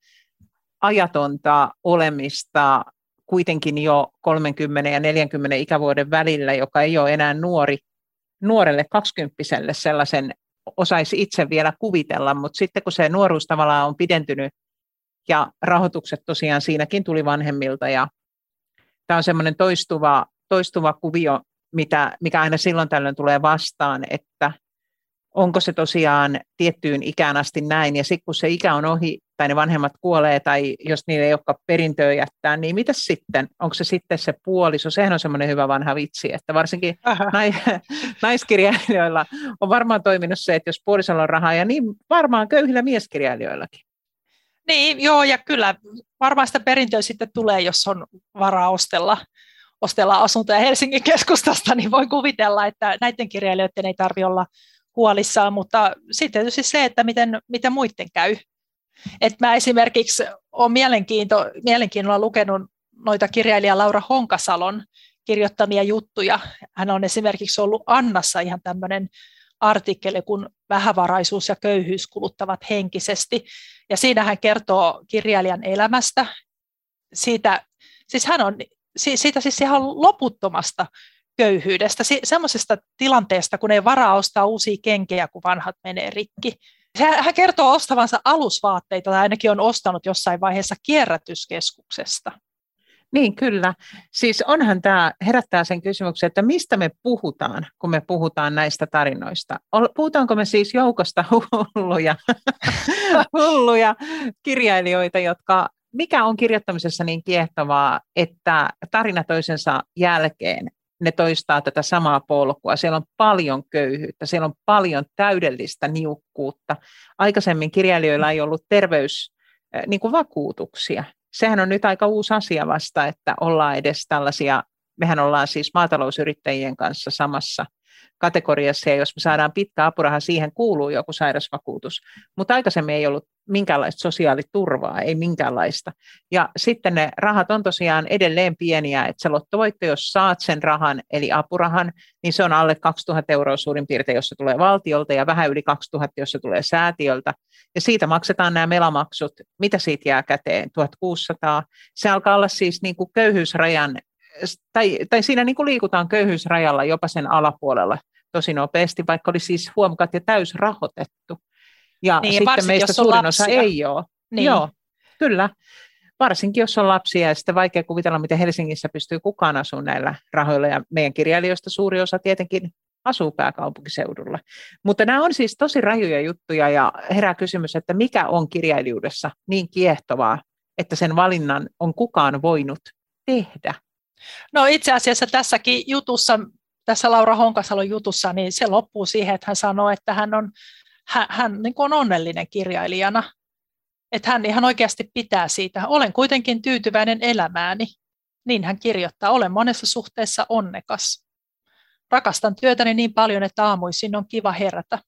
ajatonta olemista kuitenkin jo kolmekymmentä ja neljäkymmentä ikävuoden välillä, joka ei ole enää nuori, nuorelle kaksikymppiselle sellaisen osaisi itse vielä kuvitella, mutta sitten kun se nuoruus tavallaan on pidentynyt ja rahoitukset tosiaan siinäkin tuli vanhemmilta ja tämä on semmoinen toistuva, toistuva kuvio, mitä, mikä aina silloin tällöin tulee vastaan, että onko se tosiaan tiettyyn ikään asti näin ja sitten kun se ikä on ohi, tai ne vanhemmat kuolee, tai jos niille ei olekaan perintöä jättää, niin mitä sitten? Onko se sitten se puoliso? Sehän on semmoinen hyvä vanha vitsi, että varsinkin nai, naiskirjailijoilla on varmaan toiminut se, että jos puolisolla on rahaa, ja niin varmaan köyhillä mieskirjailijoillakin. Niin, joo, ja kyllä varmaan sitä perintöä sitten tulee, jos on varaa ostella, ostella asuntoja Helsingin keskustasta, niin voi kuvitella, että näiden kirjailijoiden ei tarvitse olla huolissaan, mutta sitten tietysti se, että miten, miten muiden käy. Et mä esimerkiksi olen mielenkiinto, mielenkiinnolla lukenut noita kirjailija Laura Honkasalon kirjoittamia juttuja. Hän on esimerkiksi ollut Annassa ihan tämmöinen artikkeli, kun vähävaraisuus ja köyhyys kuluttavat henkisesti. Ja siinä hän kertoo kirjailijan elämästä. Siitä, siis hän on, siitä siis ihan loputtomasta köyhyydestä, semmoisesta tilanteesta, kun ei varaa ostaa uusia kenkiä, kun vanhat menee rikki. Hän kertoo ostavansa alusvaatteita, tai ainakin on ostanut jossain vaiheessa kierrätyskeskuksesta. Niin, kyllä. Siis onhan tämä, herättää sen kysymyksen, että mistä me puhutaan, kun me puhutaan näistä tarinoista. Puhutaanko me siis joukosta hulluja, hulluja kirjailijoita, jotka, mikä on kirjoittamisessa niin kiehtovaa, että tarina toisensa jälkeen ne toistaa tätä samaa polkua. Siellä on paljon köyhyyttä, siellä on paljon täydellistä niukkuutta. Aikaisemmin kirjailijoilla ei ollut terveysvakuutuksia. Sehän on nyt aika uusi asia vasta, että ollaan edes tällaisia, mehän ollaan siis maatalousyrittäjien kanssa samassa kategoriassa, ja jos me saadaan pitkä apuraha, siihen kuuluu joku sairausvakuutus. Mutta aikaisemmin ei ollut minkäänlaista sosiaaliturvaa, ei minkäänlaista. Ja sitten ne rahat on tosiaan edelleen pieniä, että se lottovoitto, jos saat sen rahan, eli apurahan, niin se on alle kaksituhatta euroa suurin piirtein, jos se tulee valtiolta, ja vähän yli kaksituhatta, jos se tulee säätiöltä. Ja siitä maksetaan nämä melamaksut. Mitä siitä jää käteen? tuhatkuusisataa. Se alkaa olla siis niin kuin köyhyysrajan, tai, tai siinä niin kuin liikutaan köyhyysrajalla jopa sen alapuolella tosi nopeasti, vaikka oli siis huomakat ja täysrahoitettu. Ja niin, sitten meistä suurin lapsia. osa ei ole. Niin. Joo, kyllä. Varsinkin jos on lapsia, ja sitten vaikea kuvitella, miten Helsingissä pystyy kukaan asumaan näillä rahoilla, ja meidän kirjailijoista suuri osa tietenkin asuu pääkaupunkiseudulla. Mutta nämä on siis tosi rajuja juttuja, ja herää kysymys, että mikä on kirjailijuudessa niin kiehtovaa, että sen valinnan on kukaan voinut tehdä? No itse asiassa tässäkin jutussa, tässä Laura Honkasalon jutussa, niin se loppuu siihen, että hän sanoo, että hän on, hän, hän niin kuin on onnellinen kirjailijana. Että hän ihan oikeasti pitää siitä. Olen kuitenkin tyytyväinen elämääni. Niin hän kirjoittaa. Olen monessa suhteessa onnekas. Rakastan työtäni niin paljon, että aamuisin on kiva herätä.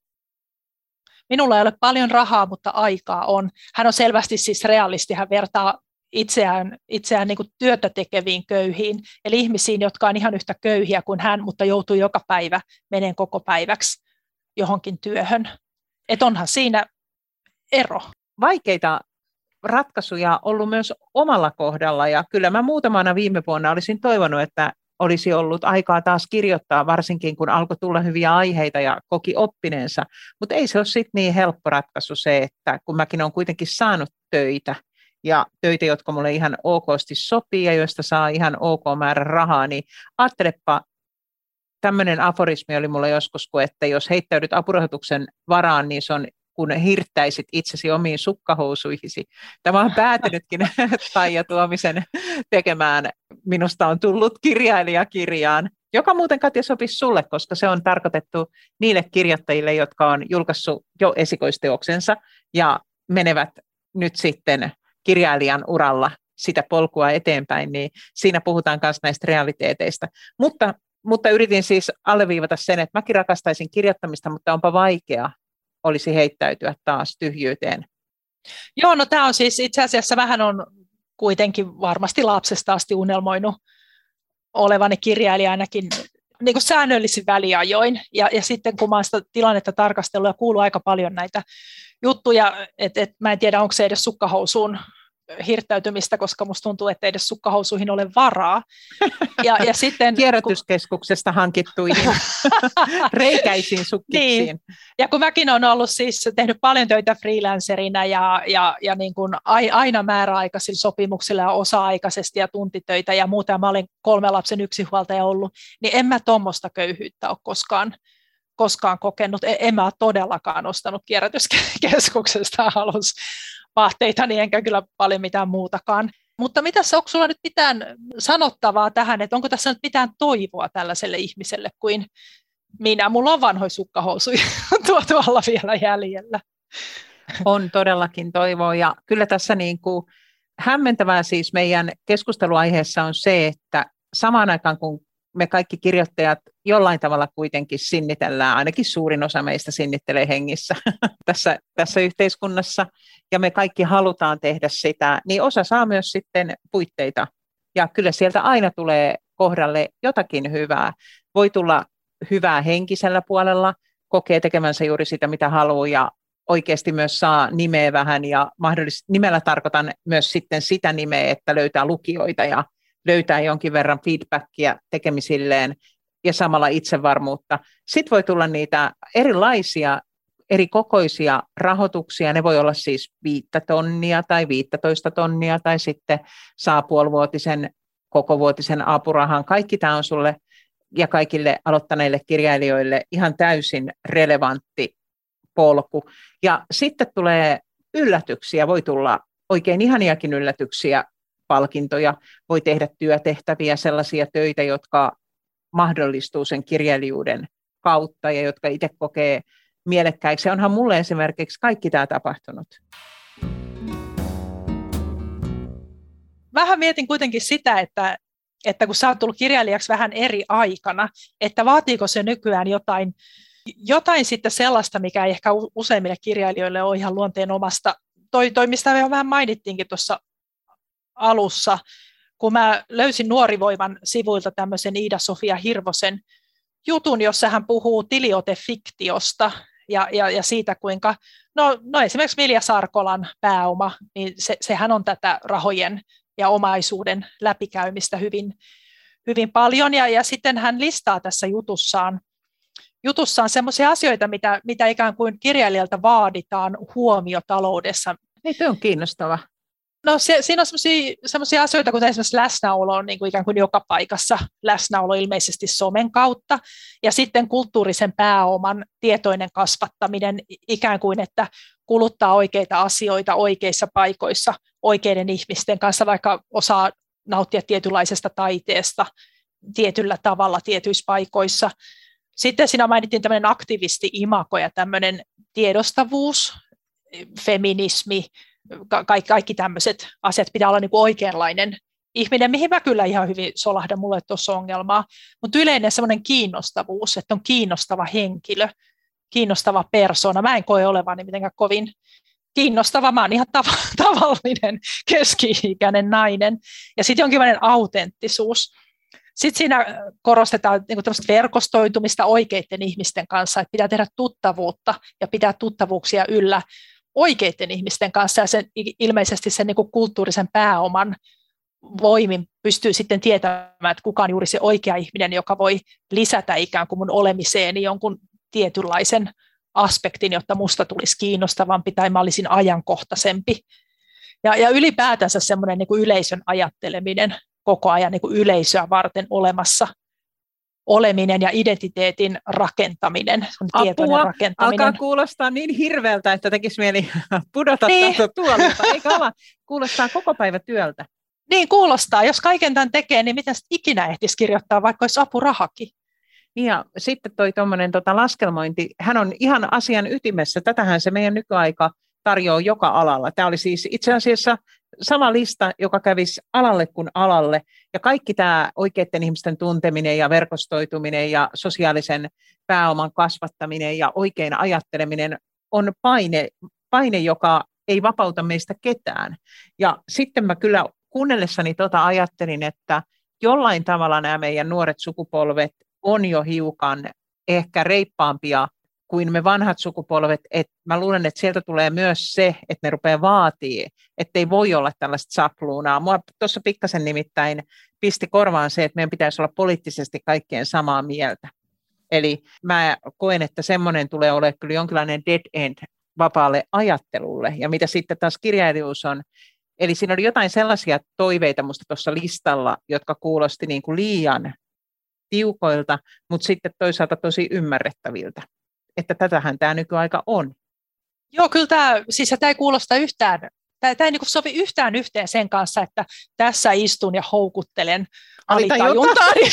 Minulla ei ole paljon rahaa, mutta aikaa on. Hän on selvästi siis realisti. Hän vertaa itseään, itseään niin kuin työtä tekeviin köyhiin, eli ihmisiin, jotka on ihan yhtä köyhiä kuin hän, mutta joutuu joka päivä meneen koko päiväksi johonkin työhön. Että onhan siinä ero. Vaikeita ratkaisuja ollut myös omalla kohdalla, ja kyllä mä muutamana viime vuonna olisin toivonut, että olisi ollut aikaa taas kirjoittaa, varsinkin kun alkoi tulla hyviä aiheita ja koki oppineensa, mutta ei se ole sitten niin helppo ratkaisu se, että kun mäkin olen kuitenkin saanut töitä, ja töitä, jotka mulle ihan okosti sopii ja joista saa ihan ok määrä rahaa, niin ajattelepa, tämmöinen aforismi oli mulla joskus, kun että jos heittäydyt apurahoituksen varaan, niin se on kun hirttäisit itsesi omiin sukkahousuihisi. Tämä on päätynytkin Taija Tuomisen tekemään. Minusta on tullut kirjailijakirjaan, joka muuten Katja sopisi sulle, koska se on tarkoitettu niille kirjoittajille, jotka on julkaissut jo esikoisteoksensa ja menevät nyt sitten kirjailijan uralla sitä polkua eteenpäin, niin siinä puhutaan myös näistä realiteeteista. Mutta, mutta yritin siis alleviivata sen, että mäkin rakastaisin kirjoittamista, mutta onpa vaikea olisi heittäytyä taas tyhjyyteen. Joo, no tämä on siis itse asiassa vähän on kuitenkin varmasti lapsesta asti unelmoinut olevani kirjailija ainakin niin kuin säännöllisin väliajoin. Ja, ja sitten kun mä oon sitä tilannetta tarkastellut ja kuuluu aika paljon näitä juttuja, että et mä en tiedä, onko se edes sukkahousuun hirttäytymistä, koska musta tuntuu, että ei edes sukkahousuihin ole varaa. Ja, ja sitten, kierrätyskeskuksesta hankittuihin reikäisiin sukkiksiin. Niin. Ja kun mäkin olen ollut siis tehnyt paljon töitä freelancerina ja, ja, ja niin kuin aina määräaikaisilla sopimuksilla ja osa-aikaisesti ja tuntitöitä ja muuta, ja mä olen kolmen lapsen yksinhuoltaja ollut, niin en mä tuommoista köyhyyttä ole koskaan koskaan kokenut. En mä ole todellakaan ostanut kierrätyskeskuksesta alusvaatteitani, enkä kyllä paljon mitään muutakaan. Mutta mitäs, onko sulla nyt mitään sanottavaa tähän, että onko tässä nyt mitään toivoa tällaiselle ihmiselle kuin minä? Mulla on vanhoja sukkahousuja tuo tuolla vielä jäljellä. On todellakin toivoa, ja kyllä tässä niin kuin hämmentävää siis meidän keskusteluaiheessa on se, että samaan aikaan kun me kaikki kirjoittajat jollain tavalla kuitenkin sinnitellään, ainakin suurin osa meistä sinnittelee hengissä tässä, tässä yhteiskunnassa, ja me kaikki halutaan tehdä sitä, niin osa saa myös sitten puitteita, ja kyllä sieltä aina tulee kohdalle jotakin hyvää. Voi tulla hyvää henkisellä puolella, kokee tekemänsä juuri sitä, mitä haluaa, ja oikeasti myös saa nimeä vähän, ja mahdollisesti nimellä tarkoitan myös sitten sitä nimeä, että löytää lukijoita ja löytää jonkin verran feedbackia tekemisilleen ja samalla itsevarmuutta. Sitten voi tulla niitä erilaisia, eri kokoisia rahoituksia. Ne voi olla siis viittä tonnia tai viittätoista tonnia tai sitten saa puolivuotisen, kokovuotisen apurahan. Kaikki tämä on sulle ja kaikille aloittaneille kirjailijoille ihan täysin relevantti polku. Ja sitten tulee yllätyksiä, voi tulla oikein ihaniakin yllätyksiä, palkintoja, voi tehdä työtehtäviä, sellaisia töitä, jotka mahdollistuu sen kirjailijuuden kautta ja jotka itse kokee mielekkäiksi. Onhan mulle esimerkiksi kaikki tämä tapahtunut. Vähän mietin kuitenkin sitä, että, että kun sä oot tullut kirjailijaksi vähän eri aikana, että vaatiiko se nykyään jotain, jotain sitten sellaista, mikä ei ehkä useimmille kirjailijoille ole ihan luonteen omasta. Toi, toi mistä me vähän mainittiinkin tuossa alussa, kun mä löysin Nuorivoiman sivuilta tämmöisen Iida-Sofia Hirvosen jutun, jossa hän puhuu tiliotefiktiosta ja, ja, ja siitä, kuinka, no, no esimerkiksi Milja Sarkolan pääoma, niin se, sehän on tätä rahojen ja omaisuuden läpikäymistä hyvin, hyvin paljon, ja, ja sitten hän listaa tässä jutussaan, jutussaan semmoisia asioita, mitä, mitä ikään kuin kirjailijalta vaaditaan huomiotaloudessa. Niin, tuo on kiinnostava. No se, siinä on sellaisia asioita, kuten esimerkiksi läsnäolo on niin kuin ikään kuin joka paikassa, läsnäolo ilmeisesti somen kautta, ja sitten kulttuurisen pääoman tietoinen kasvattaminen, ikään kuin että kuluttaa oikeita asioita oikeissa paikoissa oikeiden ihmisten kanssa, vaikka osaa nauttia tietynlaisesta taiteesta tietyllä tavalla tietyissä paikoissa. Sitten siinä mainittiin tämmöinen aktivisti-imako ja tämmöinen tiedostavuus, feminismi, Ka- kaikki tämmöiset asiat pitää olla niin kuin oikeanlainen ihminen, mihin mä kyllä ihan hyvin solahdan, mulle ei tuossa ongelmaa, mutta yleinen semmoinen kiinnostavuus, että on kiinnostava henkilö, kiinnostava persona. Mä en koe olevani mitenkään kovin kiinnostava, mä oon ihan tav- tavallinen keski-ikäinen nainen. Ja sitten jonkinlainen autenttisuus. Sitten siinä korostetaan niin kuin tämmöistä verkostoitumista oikeiden ihmisten kanssa, että pitää tehdä tuttavuutta ja pitää tuttavuuksia yllä oikeiden ihmisten kanssa, ja sen, ilmeisesti sen niin kuin kulttuurisen pääoman voimin pystyy sitten tietämään, että kuka on juuri se oikea ihminen, joka voi lisätä ikään kuin mun olemiseeni jonkun tietynlaisen aspektin, jotta musta tulisi kiinnostavampi tai mä olisin ajankohtaisempi. Ja, ja ylipäätänsä semmoinen niin kuin yleisön ajatteleminen koko ajan niin kuin yleisöä varten olemassa oleminen ja identiteetin rakentaminen, Apua, tietoinen rakentaminen. Alkaa kuulostaa niin hirveältä, että tekisi mieli pudota niin. tästä tuolilta, eikä olla, kuulostaa koko päivä työltä. Niin kuulostaa, jos kaiken tämän tekee, niin miten ikinä ehtisi kirjoittaa, vaikka olisi apurahakin. Ja sitten toi tuommoinen tota laskelmointi, hän on ihan asian ytimessä, tätähän se meidän nykyaika tarjoaa joka alalla. Tämä oli siis itse asiassa sama lista, joka kävisi alalle kuin alalle, ja kaikki tämä oikeiden ihmisten tunteminen ja verkostoituminen ja sosiaalisen pääoman kasvattaminen ja oikein ajatteleminen on paine, paine, joka ei vapauta meistä ketään. Ja sitten mä kyllä kuunnellessani tota ajattelin, että jollain tavalla nämä meidän nuoret sukupolvet on jo hiukan ehkä reippaampia kuin me vanhat sukupolvet, että mä luulen, että sieltä tulee myös se, että ne rupeaa vaatii, ettei voi olla tällaista sapluunaa. Mua tuossa pikkasen nimittäin pisti korvaan se, että meidän pitäisi olla poliittisesti kaikkien samaa mieltä. Eli mä koen, että semmoinen tulee olemaan kyllä jonkinlainen dead end vapaalle ajattelulle, ja mitä sitten taas kirjailijuus on. Eli siinä oli jotain sellaisia toiveita musta tuossa listalla, jotka kuulosti niin kuin liian tiukoilta, mutta sitten toisaalta tosi ymmärrettäviltä. Että tätähän tämä nykyaika on. Joo, kyllä tämä, siis tämä ei kuulosta yhtään, tämä, tämä ei niin sovi yhtään yhteen sen kanssa, että tässä istun ja houkuttelen alitajuntaani.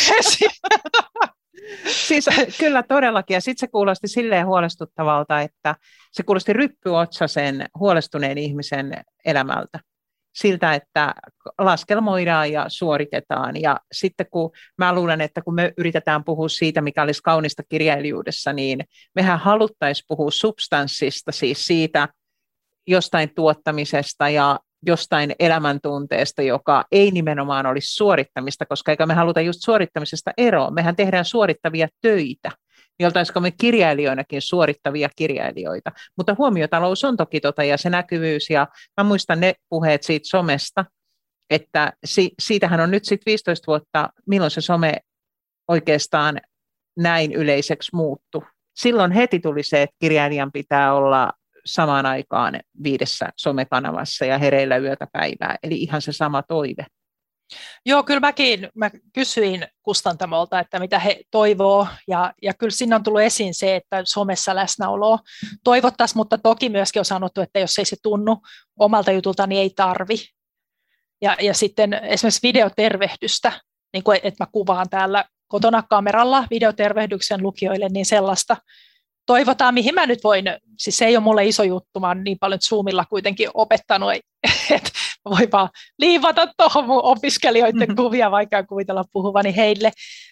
Siis kyllä todellakin, ja sitten se kuulosti silleen huolestuttavalta, että se kuulosti ryppyotsaisen huolestuneen ihmisen elämältä. Siltä, että laskelmoidaan ja suoritetaan. Ja sitten kun mä luulen, että kun me yritetään puhua siitä, mikä olisi kaunista kirjailijuudessa, niin mehän haluttaisiin puhua substanssista, siis siitä jostain tuottamisesta ja jostain elämäntunteesta, joka ei nimenomaan olisi suorittamista, koska eikä me haluta just suorittamisesta eroa. Mehän tehdään suorittavia töitä. Niin oltaisiko me kirjailijoinakin suorittavia kirjailijoita. Mutta huomiotalous on toki tota, ja se näkyvyys, ja mä muistan ne puheet siitä somesta, että si- siitähän on nyt sitten viisitoista vuotta, milloin se some oikeastaan näin yleiseksi muuttu. Silloin heti tuli se, että kirjailijan pitää olla samaan aikaan viidessä somekanavassa ja hereillä yötä päivää, eli ihan se sama toive. Joo, kyllä mäkin mä kysyin kustantamolta, että mitä he toivoo, ja, ja kyllä siinä on tullut esiin se, että somessa läsnäoloa toivottaisiin, mutta toki myöskin on sanottu, että jos ei se tunnu omalta jutulta, niin ei tarvi. Ja, ja sitten esimerkiksi videotervehdystä, niin kuin että mä kuvaan täällä kotona kameralla videotervehdyksen lukijoille, niin sellaista toivotaan, mihin mä nyt voin, siis se ei ole mulle iso juttu, mä oon niin paljon Zoomilla kuitenkin opettanut, että voi vaan liivata tuohon mun opiskelijoiden kuvia, vaikka kuvitella puhuvani heille.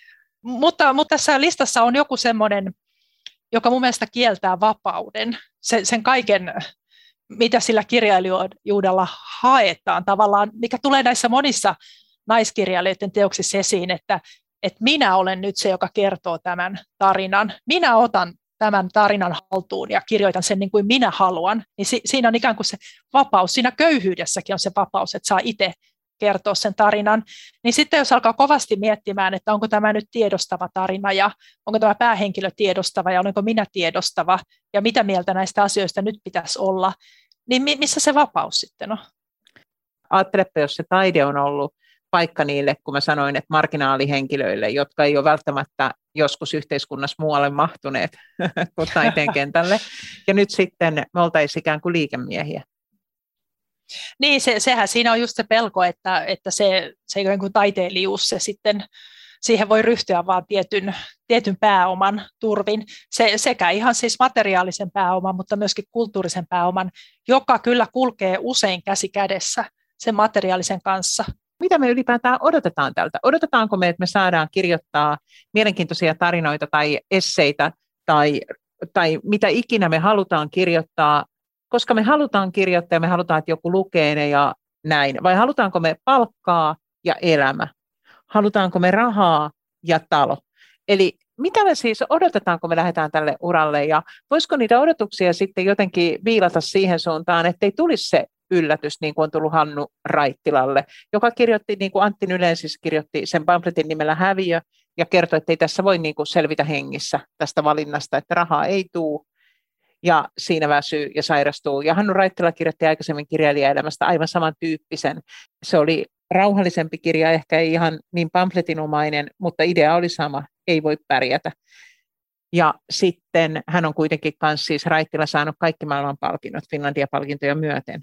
Mutta, mutta tässä listassa on joku semmoinen, joka mun mielestä kieltää vapauden, sen, sen kaiken, mitä sillä kirjailijuudella haetaan tavallaan, mikä tulee näissä monissa naiskirjailijoiden teoksissa esiin, että, että minä olen nyt se, joka kertoo tämän tarinan. Minä otan tämän tarinan haltuun ja kirjoitan sen niin kuin minä haluan, niin si- siinä on ikään kuin se vapaus, siinä köyhyydessäkin on se vapaus, että saa itse kertoa sen tarinan, niin sitten jos alkaa kovasti miettimään, että onko tämä nyt tiedostava tarina ja onko tämä päähenkilö tiedostava ja onko minä tiedostava ja mitä mieltä näistä asioista nyt pitäisi olla, niin mi- missä se vapaus sitten on? Ajattelepa, jos se taide on ollut paikka niille, kun mä sanoin, että marginaalihenkilöille, jotka ei ole välttämättä joskus yhteiskunnassa muualle mahtuneet kuin taiteen kentälle. Ja nyt sitten me oltaisiin ikään kuin liikemiehiä. Niin, se, sehän siinä on just se pelko, että, että se, se ikään kuin taiteilijuus, se sitten, siihen voi ryhtyä vaan tietyn, tietyn pääoman turvin, se, sekä ihan siis materiaalisen pääoman, mutta myöskin kulttuurisen pääoman, joka kyllä kulkee usein käsi kädessä sen materiaalisen kanssa. Mitä me ylipäätään odotetaan tältä? Odotetaanko me, että me saadaan kirjoittaa mielenkiintoisia tarinoita tai esseitä tai, tai mitä ikinä me halutaan kirjoittaa, koska me halutaan kirjoittaa ja me halutaan, että joku lukee ne ja näin. Vai halutaanko me palkkaa ja elämä? Halutaanko me rahaa ja talo? Eli mitä me siis odotetaan, kun me lähdetään tälle uralle ja voisiko niitä odotuksia sitten jotenkin viilata siihen suuntaan, ettei tulisi se yllätys, niin kuin on tullut Hannu Raittilalle, joka kirjoitti, niin kuin Antti Nylensis kirjoitti sen pamfletin nimellä Häviö, ja kertoi, että ei tässä voi niin kuin selvitä hengissä tästä valinnasta, että rahaa ei tule, ja siinä väsyy ja sairastuu. Ja Hannu Raittila kirjoitti aikaisemmin kirjailijaelämästä aivan samantyyppisen. Se oli rauhallisempi kirja, ehkä ei ihan niin pamfletinomainen, mutta idea oli sama, ei voi pärjätä. Ja sitten hän on kuitenkin kanssa siis Raittila saanut kaikki maailman palkinnot Finlandia-palkintoja myöten.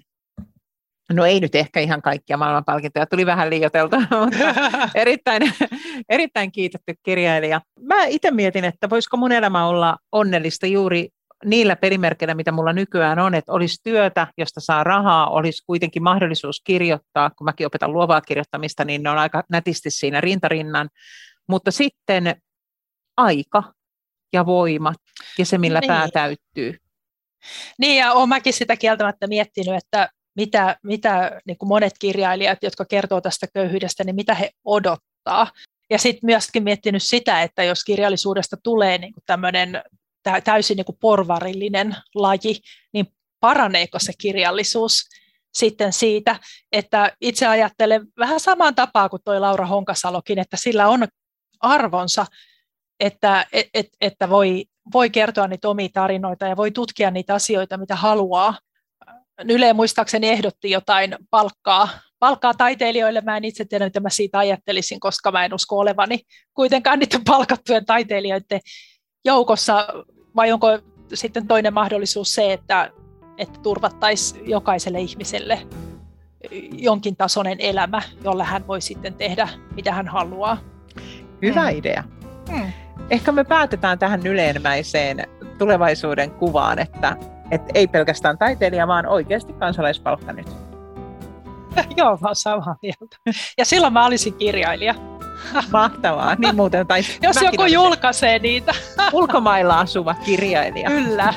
No ei nyt ehkä ihan kaikkia maailmanpalkintoja, tuli vähän liioiteltua, mutta erittäin, erittäin kiitetty kirjailija. Mä itse mietin, että voisiko mun elämä olla onnellista juuri niillä pelimerkeillä, mitä mulla nykyään on, että olisi työtä, josta saa rahaa, olisi kuitenkin mahdollisuus kirjoittaa, kun mäkin opetan luovaa kirjoittamista, niin ne on aika nätisti siinä rintarinnan, mutta sitten aika ja voimat ja se, millä niin. Pää täyttyy. Niin, ja olen mäkin sitä kieltämättä miettinyt, että mitä, mitä niin kuin monet kirjailijat, jotka kertoo tästä köyhyydestä, niin mitä he odottaa. Ja sitten myöskin miettinyt sitä, että jos kirjallisuudesta tulee niin kuin tämmöinen täysin niin kuin porvarillinen laji, niin paraneeko se kirjallisuus sitten siitä, että itse ajattelen vähän samaan tapaan kuin toi Laura Honkasalokin, että sillä on arvonsa, että, et, että voi, voi kertoa niitä omia tarinoita ja voi tutkia niitä asioita, mitä haluaa. Yle muistaakseni ehdotti jotain palkkaa, palkkaa taiteilijoille. Mä en itse tiedä, mitä mä siitä ajattelisin, koska mä en usko olevani kuitenkaan niiden palkattujen taiteilijoiden joukossa, vai onko sitten toinen mahdollisuus se, että, että turvattaisiin jokaiselle ihmiselle jonkin tasoinen elämä, jolla hän voi sitten tehdä, mitä hän haluaa. Hyvä mm. idea. Mm. Ehkä me päätetään tähän yleenmäiseen tulevaisuuden kuvaan, että, että ei pelkästään taiteilija, vaan oikeasti kansalaispalkka nyt. Joo, mä oon samaa mieltä. Ja silloin mä olisin kirjailija. Mahtavaa. Niin muuten, tai jos joku olisin julkaisee niitä. Ulkomailla asuva kirjailija. Kyllä.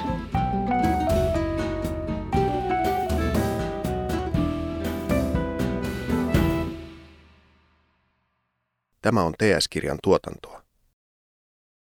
Tämä on T S-kirjan tuotantoa.